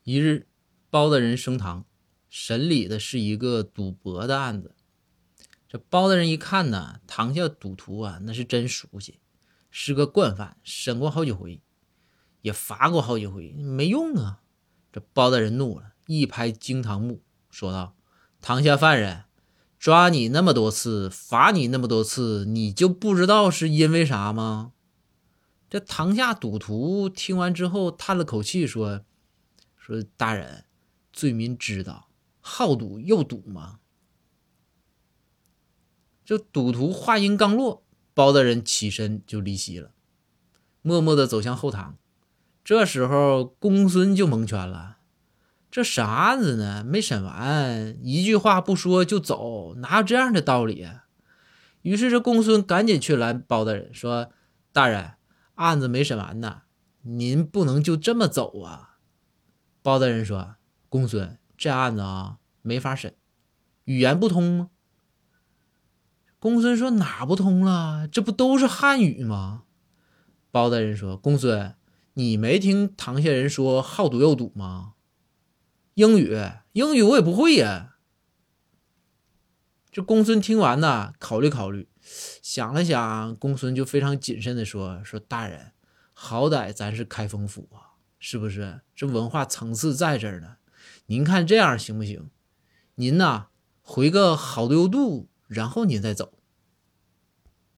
一日，包大人升堂，审理的是一个赌博的案子。这包大人一看呢，堂下赌徒啊，那是真熟悉，是个惯犯，审过好几回，也罚过好几回，没用啊。这包大人怒了，一拍惊堂木，说道：堂下犯人，抓你那么多次，罚你那么多次，你就不知道是因为啥吗？这堂下赌徒听完之后叹了口气，说大人，罪民知道，好赌又赌吗？这赌徒话音刚落，包大人起身就离席了，默默地走向后堂。这时候公孙就蒙圈了，这审案子呢，没审完，一句话不说就走，哪有这样的道理啊？于是这公孙赶紧去拦包大人，说：大人，案子没审完呢，您不能就这么走啊。包大人说：公孙，这案子啊没法审，语言不通吗？公孙说：哪不通了？这不都是汉语吗？包大人说：公孙，你没听堂下人说好赌又赌吗？英语我也不会呀。这公孙听完呢，考虑考虑，想了想，公孙就非常谨慎的说大人，好歹咱是开封府啊，是不是？这文化层次在这儿呢。您看这样行不行？您呐，回个好赌又赌，然后您再走。